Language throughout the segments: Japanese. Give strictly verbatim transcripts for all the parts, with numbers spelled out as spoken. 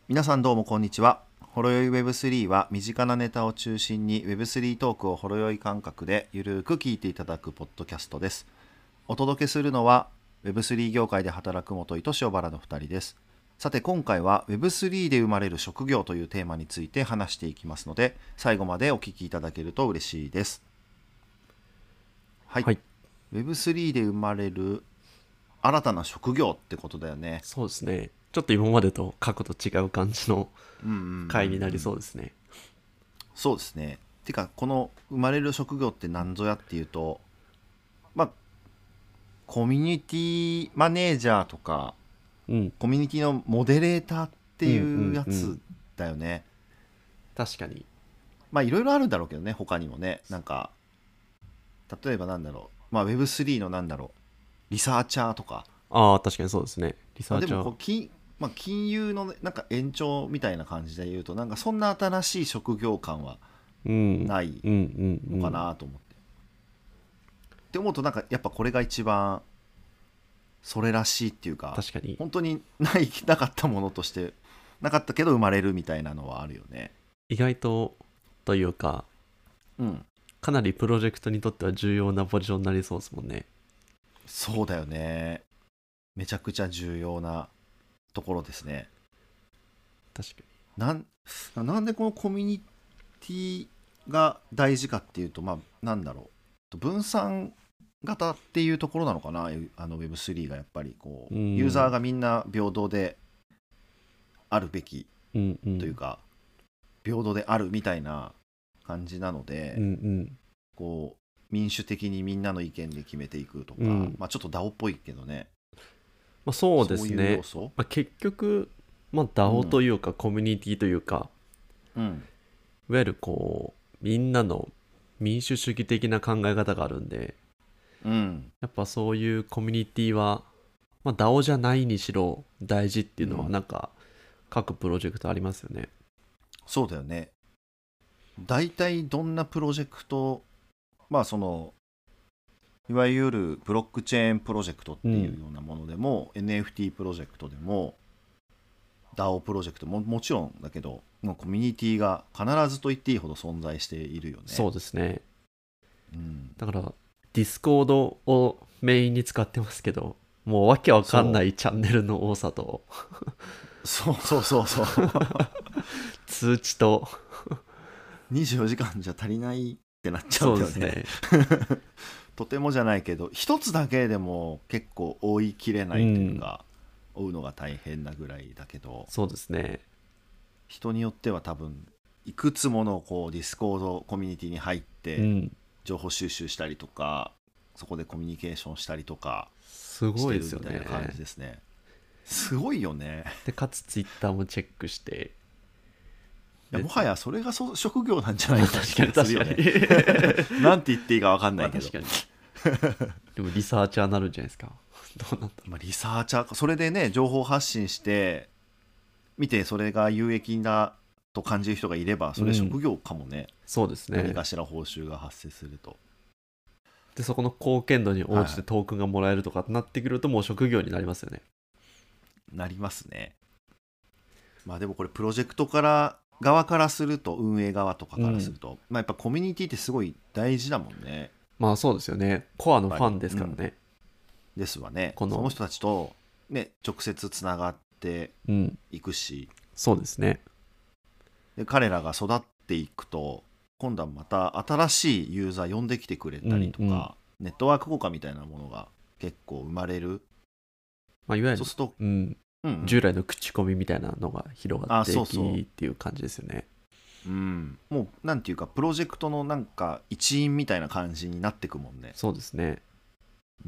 皆さんどうもこんにちは。ほろよい ウェブスリー は身近なネタを中心に ウェブスリー トークをほろ酔い感覚でゆるく聞いていただくポッドキャストです。お届けするのは ウェブスリー 業界で働く元井と塩原のふたりです。さて今回は ウェブスリー で生まれる職業というテーマについて話していきますので、最後までお聞きいただけると嬉しいです。はい、 はい、 ウェブスリー で生まれる新たな職業ってことだよね。 そうですね。ちょっと今までと角度違う感じのうんうんうんうん回になりそうですね。 そうですね。てかこの生まれる職業って何ぞやっていうと、まあコミュニティマネージャーとかうん、 コミュニティのモデレーターってうん、ういうやん、うん。 つだよね。 確かに。 まあいろいろあるんだろうけどね、他にもね。なんか例えばなんだろう、まあ ウェブスリー のなんだろう、リサーチャーとか。 ああ、確かにそうですね。リサまあでもーチャー。 こう金、まあ、金融のねなんか延長みたいな感じで言うと、なんかそんな新しい職業感はうん、 ないうん、うん、うのかん。 なと思って。って思うとなんかやっぱこれが一番それらしいっていうか、 確かに。 本当にないなかったものとしてなかったけど生まれるみたいなのはあるよね。 意外と、というか、 うん、 かなりプロジェクトにとっては重要なポジションになりそうですもんね。 そうだよね。めちゃくちゃ重要なところですね。 確かなんなんでこのコミュニティが大事かっていうと、まあなんだろう、分散型っていうところなのかな、あの ウェブスリー がやっぱりこうに。うん、 ユーザーがみんな平等であるべきうん、うん。 というか、平等であるみたいな感じなのうん、うで、 ん。 こう民主的にみんなの意見で決めていくとか、 うん。 まあちょっと ダオ っぽいけどね、 まあ、そうでそういう要すね。 素。 まあ、結局、まあ、 うダオ とんいうか、コミュニティというか、 うんいわゆるこう、みんなの民主主義的な考え方があるんで、 うんやっぱそういうコミュニティは、まあ、ダオ じゃないにしろ大事っていうのはうんなんか各プロジェクトありますよね。 そうだよね。大体どんなプロジェクト、まあそのいわゆるブロックチェーンプロジェクトっていうようなものでも、うん、エヌエフティー プロジェクトでも ダオ プロジェクトももちろんだけど、もうコミュニティが必ずと言っていいほど存在しているよね。 そうですね。 うん、 だからディスコードをメインに使ってますけど、もうわけわかんないチャンネルの多さとそうそうそうそう通知とにじゅうよじかんじゃ足りないってなっちゃうんだよね。 そうですね。 とてもじゃないけど一つだけでも結構追い切れうないというん、 か、追うのが大変なぐらいだけど、 そうですね。 人によっては多分いくつものこうディスコードコミュニティに入ってうん、 情報収集したりとか、そこでコミュニケーションしたりとかすしてるごいですよみたいな感ね。 じですね。すごいよね。 でかつツイッターもチェックして、 いやでもはやそれがそ職業なんじゃないかな確かに気がするよ確かね。 になんて言っていいか分かんなまあいけど、 確かに。でもリサーチャーになるんじゃないですか。どうなんだろまあ、リサーチャーか、それでね情報発信して見てそれが有益だと感じる人がいれば、 う。うん、 それ職業かもね。 そうですね。 何かしら報酬が発生すると。 で、そこの貢献度に応じてはい、 トークンがもらえるとかってなってくると、もう職業になりますよね。 なりますね。まあでもこれプロジェクトから側からすると、運営側とかうん。 からすると、まあやっぱコミュニティってすごい大事だもんね。 まあそうですよね。コアのやっぱり、 ファンですうん、 からね。 ですわね。 この、 その人たちとね直接つながってうん。 いくし、 そうですね。 で彼らが育っていくと、今度はまた新しいユーザー呼んできてくれたりうん、うん。 とか、ネットワーク効果みたいなものが結構生まれる。 まあいわゆる、 そうすると、 うん。 うんうん、 従来の口コミみたいなのが広がっあ、 ていそうそきっていう感じですよね。 う、うん、もうなんていうかプロジェクトのなんか一員みたいな感じになってくもんね。 そうですね。 うん、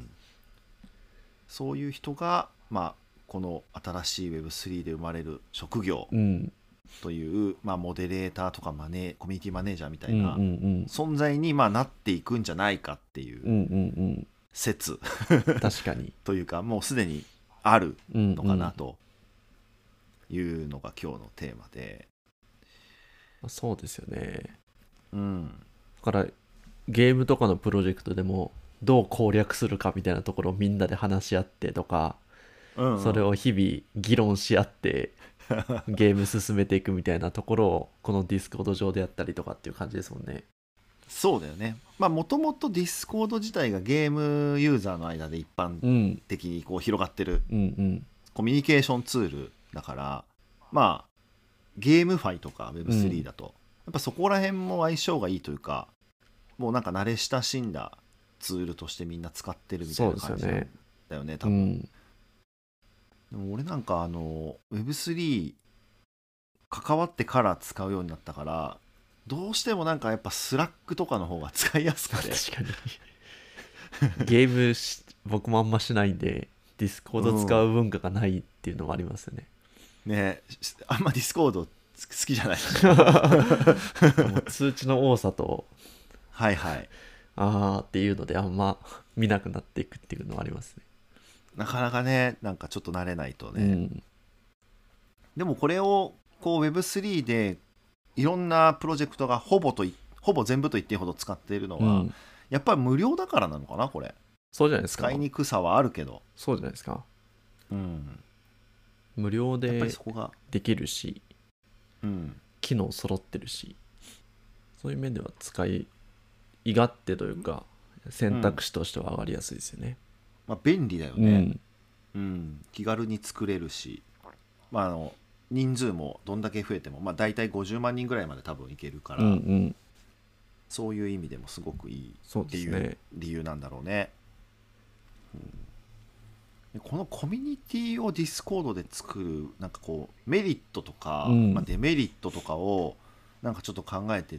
そういう人が、まあ、この新しい ウェブスリー で生まれる職業うん。 という、まあ、モデレーターとかマネコミュニティマネージャーみたうん、うん、 いなうん。 存在にまあなっていくんじゃないかっていううん、うん、うん。 説確かに。 というか、もうすでにあるうん、 のうん。 かなというのが今日のテーマで、 まあそうですよね。 うん、 だからゲームとかのプロジェクトでもどう攻略するかみたいなところをみんなで話し合ってとか、 うんうん、 それを日々議論し合ってゲーム進めていくみたいなところをこのディスコード上でやったりとかっていう感じですもんね。 そうだよね。まあもともとディスコード自体がゲームユーザーの間で一般うん的にこう広がってるうんうんコミュニケーションツールだから、まあゲームファイとか ウェブスリー だと、やっぱそこら辺も相性がいいというか、もうなんか慣れ親しんだツールとしてみんな使ってるみたいな感じなんだよね、多分。 うん、 でも俺なんかあの ウェブスリー 関わってから使うようになったから、どうしてもなんかやっぱスラックとかの方が使いやすくて確かにゲームし僕もあんましないんでディスコード使う文化がないっていうのもありますよね、 ね。あんまディスコード好きじゃないもう通知の多さとはいはい。 あーっていうのであんま見なくなっていくっていうのはありますね。 なかなかね、なんかちょっと慣れないとね、 うん、 でもこれをこう ウェブスリー でいろんなプロジェクトがほぼといほぼ全部と言っていいほど使っているのは、 うん、 やっぱり無料だからなのかな。これそうじゃないですか。 使いにくさはあるけど、 そうじゃないですか。 うん、 無料やっぱりでそこが、 できるしうん機能揃ってるし、そういう面では使い勝手というか選択肢としては上がりやすいですよね。 まあ、便利だようね、 ん、 うん気軽に作れるし、まあ、あの人数もどんだけ増えても、まあ、大体ごじゅうまん人ぐらいまで多分いけるかうら、 んうんそういう意味でもすごくいいそうっていうですね。 理由なんだろうね。でこのコミュニティをディスコードで作るなんかこうメリットとか、 うんまあ、デメリットとかをなんかちょっと考えてって、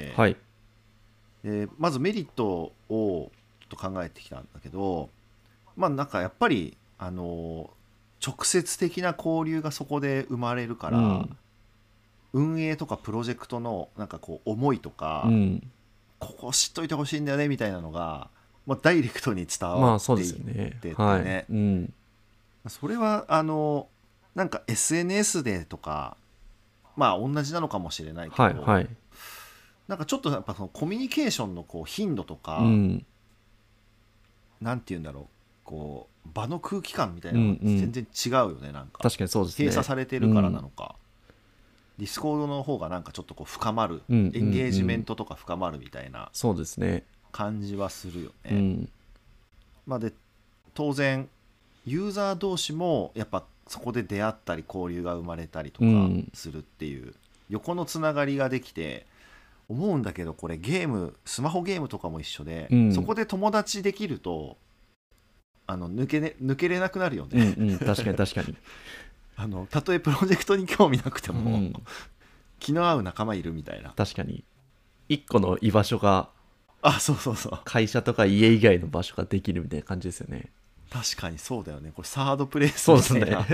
はいでまずメリットをちょっと考えてきたんだけど、まあなんかやっぱりあの直接的な交流がそこで生まれるから、 うん運営とかプロジェクトのなんかこう思いとか、 うんここ知っといてほしいんだよねみたいなのが、まあ、ダイレクトに伝まあそうでわっていっすよね。 ててはい、 ね、 うんそれはあのなんか エスエヌエス でとかまあ同じなのかもしれないけど、 はいはいなんかちょっとやっぱそのコミュニケーションのこう頻度とか、 うんなんて言うんだろう、こう場の空気感みたいなのが全然違うよね、なんか確かにそうですね。 閉鎖されてるからなのか、ディスコードの方がなんかちょっとこう深まる、 うんうんうんエンゲージメントとか深まるみたいなそうですね。 感じはするよね。 うんまあ、で当然ユーザー同士もやっぱそこで出会ったり交流が生まれたりとかうんするっていう横のつながりができて、思うんだけどこれゲームスマホゲームとかも一緒で、 うんそこで友達できるとあの抜けね、抜けれなくなるようんね、 うん確かに確かに。 あのたとえプロジェクトに興味なくてうも、 ん気の合う仲間いるみたいな。 確かに一個の居場所があ、そうそうそう、 会社とか家以外の場所ができるみたいな感じですよね。 確かにそうだよね。これサードプレイスそうですねみたいな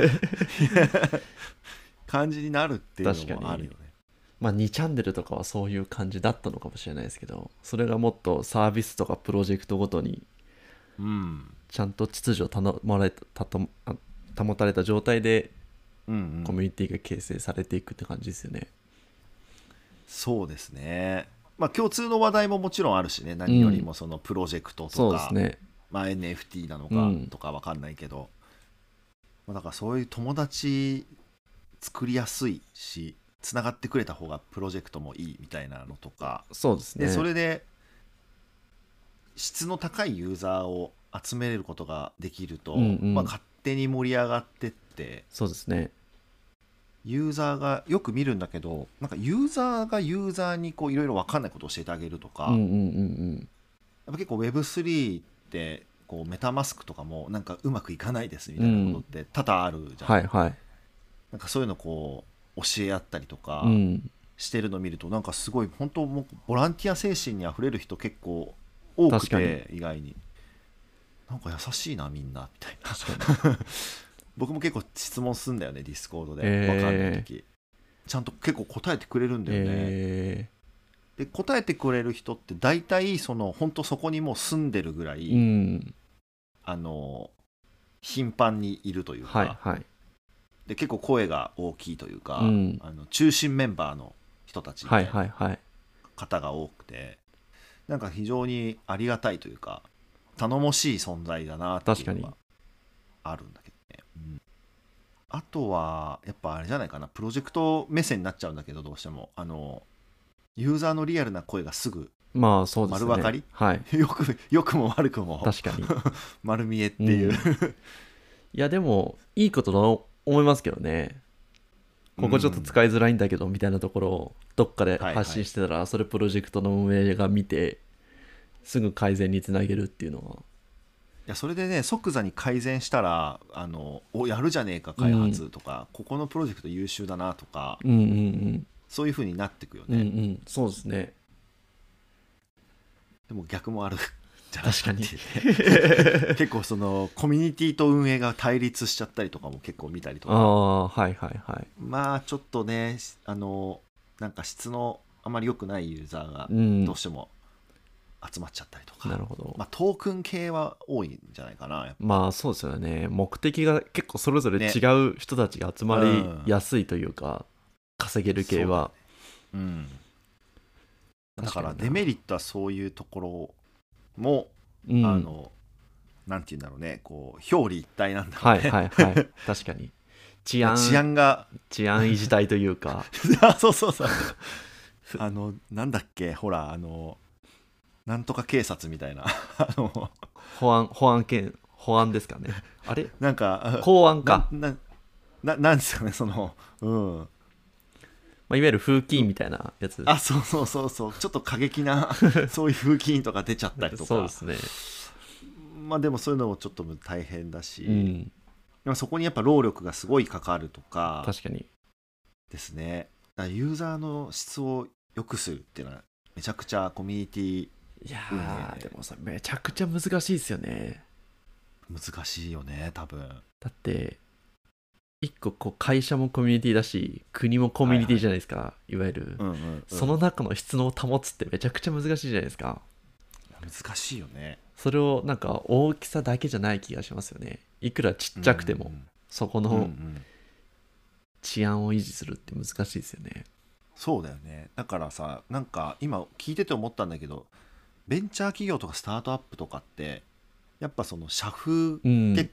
感じになるっていうのもあるよね。 まあにチャンネルとかはそういう感じだったのかもしれないですけど、それがもっとサービスとかプロジェクトごとにうんちゃんと秩序を保まれたたあ保たれた状態でうんうんコミュニティが形成されていくって感じですよね。 そうですね。まあ共通の話題ももちろんあるしね、何よりもそのプロジェクトとか、 そうですね。 まあ、エヌエフティー なのかうんとかわかんないけど、まあだからそういう友達作りやすいしつながってくれた方がプロジェクトもいいみたいなのとかそうですね。 で、それで質の高いユーザーを集めれることができると、 うんうんまあ、勝手に盛り上がってってそうですね。 ユーザーがよく見るんだけど、なんかユーザーがユーザーにこういろいろ分かんないことを教えてあげるとか、 うんうんうんやっぱ結構 ウェブスリー ってこうメタマスクとかもなんかうまくいかないですみたいなことって多々あるじうん。 ゃん、 はいはい。 なんかそういうのこう教え合ったりとかうんしてるのを見ると、なんかすごい本当もうボランティア精神にあふれる人結構多く確かて、意外になんか優しいなみんなみたいな。 確かに。 僕も結構質問すんだよね、ディスコードで、 えー分かんない時ちゃんと結構答えてくれるんだよね、 えで答えてくれる人って大体その本当そこにもう住んでるぐらい、 ー、うん。 あの頻繁にいるというか、 はいはい。 で結構声が大きいというか、 うんあの中心メンバーの人たちみはいたいなはいはい。 方が多くて、なんか非常にありがたいというか頼もしい存在だなっていうのがあるんだけどね、うんあとはやっぱあれじゃないかな、プロジェクト目線になっちゃうんだけど、どうしてもあのユーザーのリアルな声がすぐまあそうですね。 丸分かり、 はい。 よくよくも悪くも確かに。 丸見えってうん。 いう、 いやでもいいことだと思いますけどね。 うここちょっとん、 使いづらいんだけどみたいなところをどっかで発はいはい。い信してたら、それプロジェクトの運営が見てすぐ改善につなげるっていうのは。 やそれでね即座に改善したら、あのおやるじゃねえか開うん発とか、ここのプロジェクト優秀だなとか、 うんうんそういう風になってくようんうんうね。 ん、そうですね。 でも逆もあるんじゃない確かに。 かっていうね結構そのコミュニティと運営が対立しちゃったりとかも結構見たりとあか、 あ、はいはいはい。 まあちょっとね、あのなんか質のあまり良くないユーザーがうん、 どうしても集まっちゃったりとか、 なるほど。 まあトークン系は多いんじゃないかな、やっぱまあそうですよね。目的が結構それぞれ違ね。 う人たちが集まうりん、 やすいというか、稼げる系は。 そうだよね。うん、だから確かにな。 デメリットはそういうところも、 うん。 あのなんて言うんだろうね、こう表裏一体なんだろうはいね。 はいはい。確かに。治治安、 安が治安維持隊というか、 あそうそうそう、あのなんだっけ、ほらあのなんとか警察みたいなあの保安、保安検、保安ですかね。あれなんか公安か。 なんなななんですかね、そのうんまあ、いわゆる風紀委員うみたいなやつ。 あそうそうそうそう、ちょっと過激なそういう風紀委員とか出ちゃったりとか、 そうですね。 まあでもそういうのもちょっと大変だし、 うん。 でもそこにやっぱ労力がすごいかかるとか確かに。 ですね。だからユーザーの質を良くするっていうのはめちゃくちゃコミュニティいや運ー、で営もさ、めちゃくちゃ難しいですよね。 難しいよね多分。 だって、一個こう会社もコミュニティだし、国もコミュニティはいはい。 じゃないですか。いわゆる。 うんうんうん。 その中の質の保つってめちゃくちゃ難しいじゃないですか。 難しいよね。 それをなんか大きさだけじゃない気がしますよね。いくらちうんっちゃくても、そこうんうんうのん。 治安を維持するって難しいですよね。 そうだよね。だからさ、なんか今聞いてて思ったんだけど、ベンチャー企業とかスタートアップとかってやっぱその社風うん、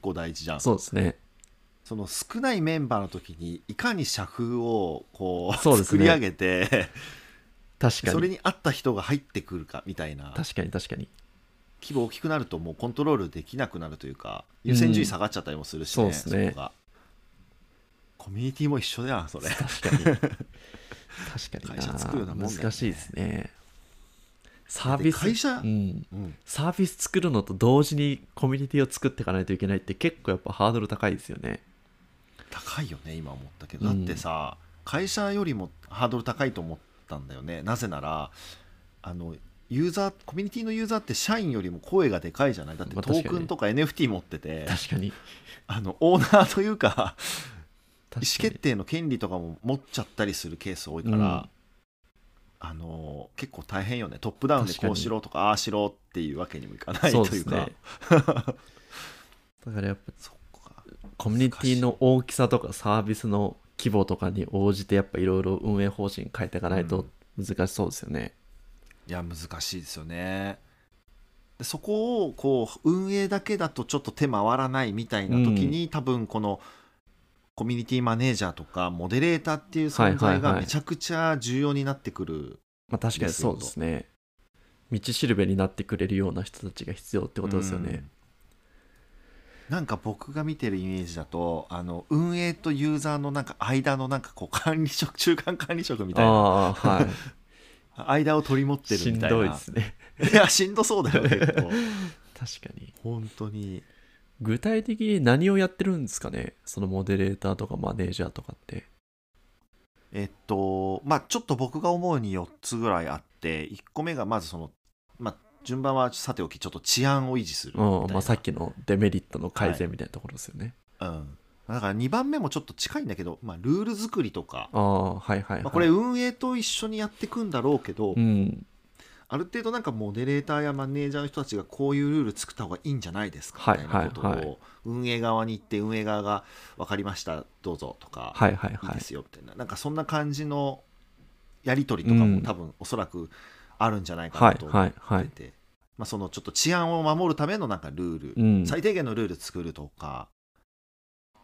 結構大事じゃん。 そうですね。 その少ないメンバーの時にいかに社風をこうそうですね。 作り上げて確かに。 それに合った人が入ってくるかみたいな。 確かに確かに。 規模大きくなるともうコントロールできなくなるというか、優先順位うん、 下がっちゃったりもするしそうでね、 すね。 そこが。コミュニティも一緒だよそれ。 確かに。確かに会社作るような。 なもんだよ難しいですね。 ね。 いやでサービス、 会社、 うん。 うん、 サービス作るのと同時にコミュニティを作っていかないといけないって結構やっぱハードル高いですよね。 高いよね今思ったけど、だってうん。 さ会社よりもハードル高いと思ったんだよね。なぜならあのユーザーコミュニティのユーザーって社員よりも声がでかいじゃない。だってトまあ確かにね。 ークンとか エヌエフティー 持ってて、 確かに。 あのオーナーというか意思確かに。 決定の権利とかも持っちゃったりするケース多いから、 うん。 あの結構大変よね。トップダウンでこうし確かに。 ろとかああしろっていうわけにもいかないそうというかですね。だからやっぱそっか、 コミュニティ難しい。 の大きさとかサービスの規模とかに応じてやっぱいろいろ運営方針変えていかないとうん難しそうですよね。 いや難しいですよね。でそこをこう運営だけだとちょっと手回らないみたいな時うん。 に、多分このコミュニティマネージャーとかモデレーターっていうはい存在がはいはい。 めちゃくちゃ重要になってくるまあ確んかにそうですよと。 ですね。道しるべになってくれるような人たちが必要ってこうとですよね。 んなんか僕が見てるイメージだと、あの運営とユーザーのなんか間のなんかこう管理職、中間管理職みたいなああ、はい。 間を取り持ってるしんどいでみたいな。 すね。 いやしんどそうだよ結構。 確かに。 本当に。 具体的に何をやってるんですかね、そのモデレーターとかマネージャーとかって。 えっとまあちょっと僕が思うによっつぐらいあって、いっこめがまずその、まあ、順番はさておきちょっと治安を維持するうん、まあみたいな。 さっきのデメリットの改はい、 善みたいなところですよね。 うんだからにばんめもちょっと近いんだけど、まあ、ルール作りとか、 ああ、はいはいまあ、こはい。 れ運営と一緒にやっていくんだろうけど、 うん。 ある程度なんかモデレーターやマネージャーの人たちがこういうルール作った方がいいんじゃないですかみはいたいなことはいはい。 を運営側に言って、運営側が分かりましたどうぞとか、 はいはいはい。 いいですよみたいな、なんかそんな感じのやり取りとかもうん。 多分おそらくあるんじゃないかはいなと思っはいはい。 てて、まあ、そのちょっと治安を守るためのなんかルール、 うん。 最低限のルール作るとか、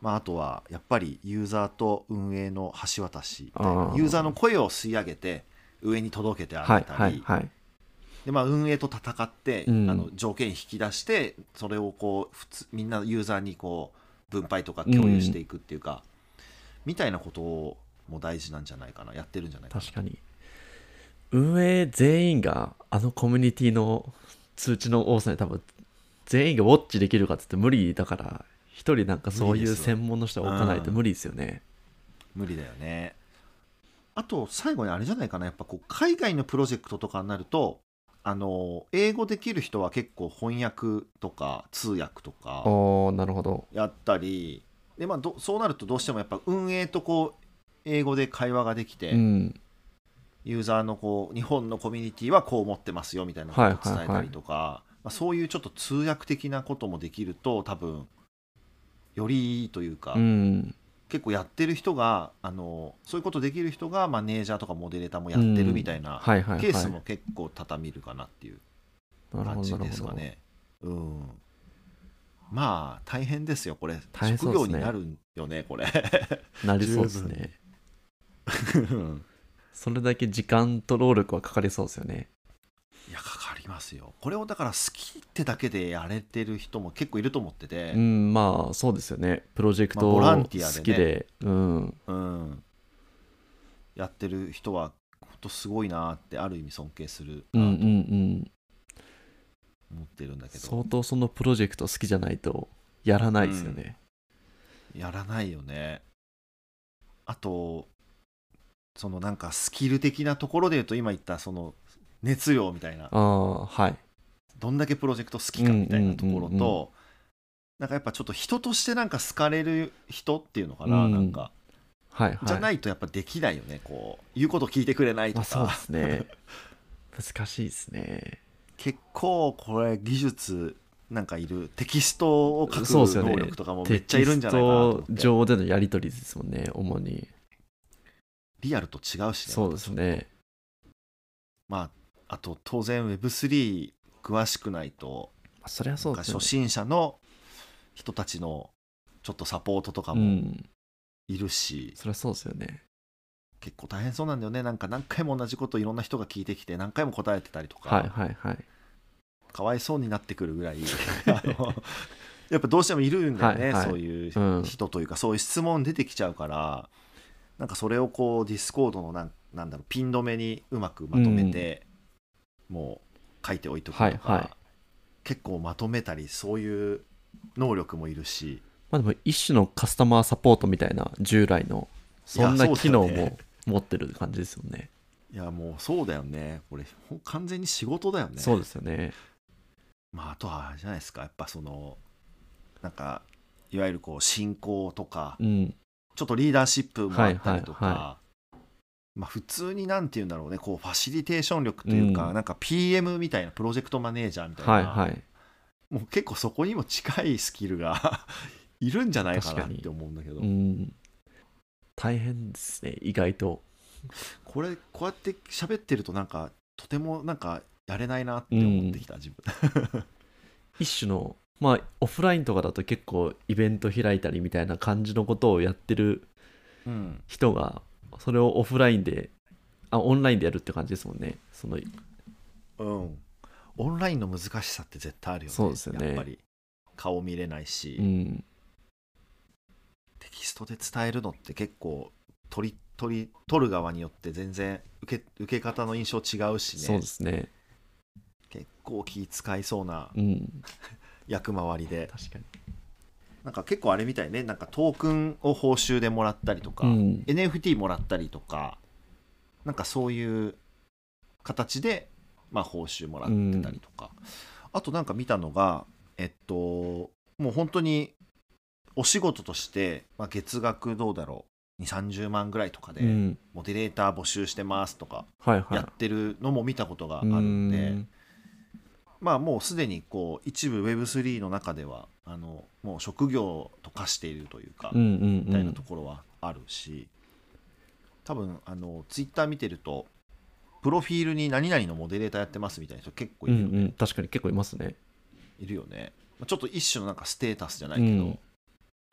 まあ、あとはやっぱりユーザーと運営の橋渡しみたいな、 あーユーザーの声を吸い上げて上に届けてあはいげたり、 はいはいでまあ、運営と戦って、 うんあの条件引き出してそれをこう普通みんなユーザーにこう分配とか共有していくっていうか、みたいなことも大事なんじゃないかな、やってるんじゃないかな。 確かに運営全員があのコミュニティの通知の多さに多分全員がウォッチできるかって言って無理だから、一人なんかそういう専門の人が置かないと無理ですよね。 無理だよね。あと最後にあれじゃないかな、やっぱこう海外のプロジェクトとかになると、あの英語できる人は結構翻訳とか通訳とかおーなるほど。 やったりで、まあ、どそうなるとどうしてもやっぱ運営とこう英語で会話ができて、 うんユーザーのこう日本のコミュニティはこう思ってますよみたいなことを伝えたりとか、まあ、そういうちょっと通訳的なこともできると多分よりいいというか、 うん結構やってる人があのそういうことできる人がマネージャーとかモデレーターもやってるみたいなはいはいはいケースも結構多々見るかなっていうなるほ感じどなるほど。 ですかね。うん、まあ大変ですよこれ、 大変そ職うですね業になるんよねこれなりそうですね。 うんそれだけ時間と労力はかかりそうですよね。 いやかかりますよ。これをだから好きってだけでやれてる人も結構いると思ってて、 うんまあそうですよね。プロジェクトまあボラン好ティアでねきで、うんうん、やってる人は本当すごいなってある意味尊敬するうんうなんとうん思ってるんだけど、 相当そのプロジェクト好きじゃないとやらないですよね。 やらないよね。あとそのなんかスキル的なところで言うと今言ったその熱量みたいな、 ああはいどんだけプロジェクト好きかみたいなところと、 うんうんうんうんなんかやっぱちょっと人としてなんか好かれる人っていうのかな、 うんなんかはいはい。 じゃないとやっぱできないよね、こう言うこと聞いてくれないとか、 まあそうですね。難しいですね。 結構これ技術なんかいる、テキストを書くそうですよね能力とかもめっちゃいるんじゃないかなと思って、 テキスト上でのやり取りですもんね、主に。 リアルと違うしね。 そうですね。 まああと当然 ウェブスリー 詳しくないと、 まあそりゃそうですよね。 初心者の人たちのちょっとサポートとかもうん、 いるし、 そりゃそうですよね。 結構大変そうなんだよね。なんか何回も同じこといろんな人が聞いてきて何回も答えてたりとか、 はいはいはい。 かわいそうになってくるぐらいあのやっぱどうしてもいるんだよね、 はいはいそういううん人というか、そういう質問出てきちゃうから、なんかそれをこうディスコードのなんなんだろうピン止めにうまくまとめて、もう書いておいておくとか、 はいはい結構まとめたりそういう能力もいるし、 まあでも一種のカスタマーサポートみたいな従来のそんな機能いやそうだよも持ってる感じですよね。 いやもうそうだよね、これほん完全に仕事だよね。 そうですよね。 まあ、あとはあれじゃないですか、やっぱそのなんかいわゆるこう進行とか、 うんちょっとリーダーシップもあったりとか、 はいはいはまあ、普通になんて言うんだろうね、こうファシリテーション力というか、 うんなんか ピーエム みたいなプロジェクトマネージャーみたいな、 はいはいもう結構そこにも近いスキルがいるんじゃないかなっ確かにて思うんだけど、 うん大変ですね意外と。 これこうやって喋ってるとなんかとてもなんかやれないなって思ってきた、自分一種のまあオフラインとかだと結構イベント開いたりみたいな感じのことをやってるうん人がそれをオフラインであオンラインでやるって感じですもんね。そのうんオンラインの難しさって絶対あるよね。 そうですよねやっぱり顔見れないし、 うんテキストで伝えるのって結構取り取り取る側によって全然受け受け方の印象違うしね。 そうですね。 結構気使いそうなうん役回りで、 確かに。 なんか結構あれみたいね、なんかトークンを報酬でもらったりとか、 うんエヌエフティー もらったりとか、なんかそういう形でまあ報酬もらってたりとか、あとなんか見たのがえっともう本当にお仕事として、まあ、月額どうだろうにじゅう、さんじゅうまんぐらいとかで、 うんモデレーター募集してますとかはいはいやってるのも見たことがあるうんで、 んまあもうすでにこう一部 ウェブスリー の中ではあのもう職業と化しているというか、 うんうんうんみたいなところはあるし、多分あのツイッター見てるとプロフィールに何々のモデレーターやってますみたいな人結構いるよね、 うんうん確かに結構いますね。 いるよね。ちょっと一種のなんかステータスじゃないけど、 うん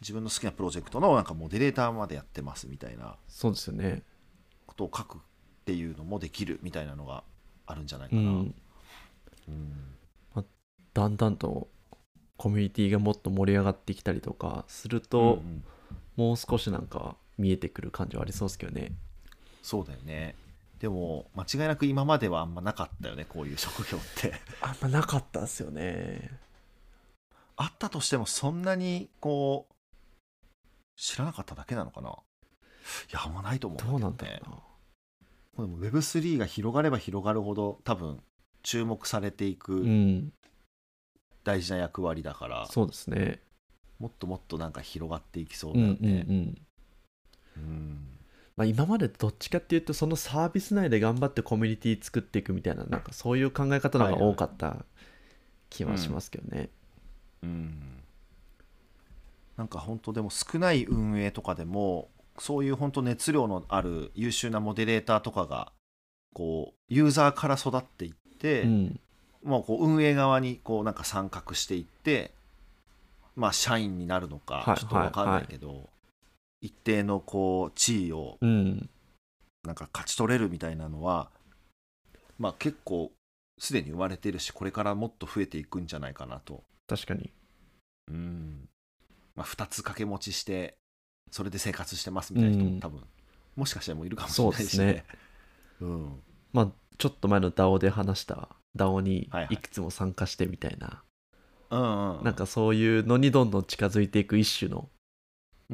自分の好きなプロジェクトのなんかモデレーターまでやってますみたいなそうですよね。 ことを書くっていうのもできるみたいなのがあるんじゃないかな、 うん、 うんまあ、だんだんとコミュニティがもっと盛り上がってきたりとかするうんうと、 ん、 もう少しなんか見えてくる感じはありそうですけどね。 そうだよね。でも間違いなく今まではあんまなかったよね、こういう職業ってあんまなかったですよね。 あったとしてもそんなにこう知らなかっただけなのかな。いやあんまないと思うんだけどね。 どうなんだろでも ウェブスリー が広がれば広がるほど多分注目されていうな。うくん、 大事な役割だから、 そうですね。 もっともっとなんか広がっていきそううんうんうだよね。 ん。 うんまあ、今までどっちかっていうとそのサービス内で頑張ってコミュニティ作っていくみたいな、なんかそういう考え方の方が多かった気はしますけどね。 うんなんか本当でも少ない運営とかでもそういう本当熱量のある優秀なモデレーターとかがこうユーザーから育っていって、 うんもうこう運営側にこうなんか参画していって、まあ社員になるのはいかちょっと分かんないけど、一定のこう地位をうんなんか勝ち取れるみたいなのは、まあ結構すでに生まれてるし、これからもっと増えていくんじゃないかなと。 確かに。 うんまあ、ふたつ掛け持ちしてそれで生活してますみたいな人うんも多分、もしかしたらもういるかもしれないしね。うんまあちょっと前の ダオ で話した ダオ にはいはいいくつも参加してみたいな、 うんうん、 なんかそういうのにどんどん近づいていく一種のうんうん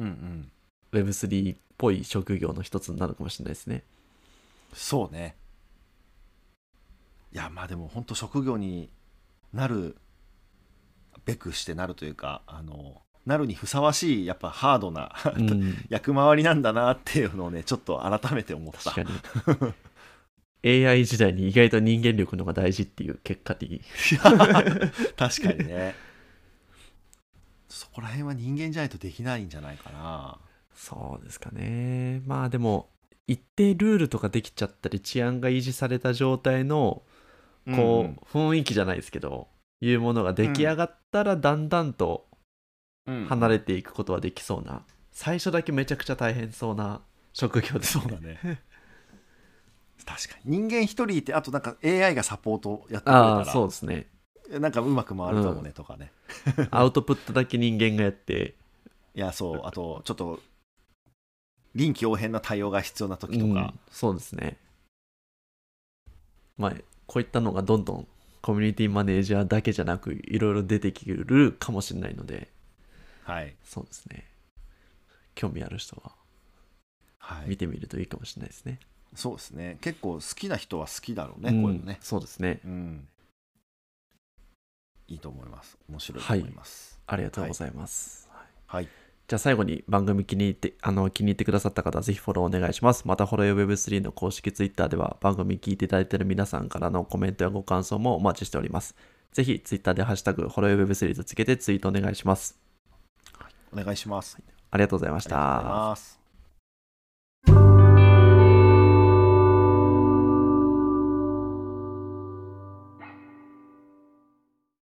ウェブスリー っぽい職業の一つになるかもしれないですね。 そうね。いやまあでも本当職業になるべくしてなるというか、あのなるにふさわしいやっぱハードなうん、 役回りなんだなっていうのをねちょっと改めて思った。 確かにエーアイ 時代に意外と人間力の方が大事っていう結果的確かにね。そこら辺は人間じゃないとできないんじゃないかな。 そうですかね。まあでも一定ルールとかできちゃったり治安が維持された状態のこう、雰囲気じゃないですけどいうものが出来上がったらだんだんと離れていくことはできそうな、最初だけめちゃくちゃ大変そうな職業ですね。 そうだね確かに人間一人いてあとなんか エーアイ がサポートやってくれたああらそうですね。 なんかうまく回るかもね、とかね。 アウトプットだけ人間がやっていやそうあとちょっと臨機応変な対応が必要な時とか、 うん、そうですね。まあこういったのがどんどんコミュニティマネージャーだけじゃなくいろいろ出てくるかもしれないので、 はいそうですね、興味ある人ははい見てみるといいかもしれないですね。 そうですね。結構好きな人は好きだろうね、 うん、 こういうのね。 そうですね。 うんいいと思います。面白いと思います。 ありがとうございます。はいはいじゃあ最後に番組気に入ってあの気に入ってくださった方はぜひフォローお願いします。また、ホロヨ ウェブスリー の公式ツイッターでは番組聞いていただいている皆さんからのコメントやご感想もお待ちしております。ぜひツイッターでハッシュタグホロヨ ウェブスリー とつけてツイートお願いします。 お願いします。 ありがとうございましありがとうございた。 ます。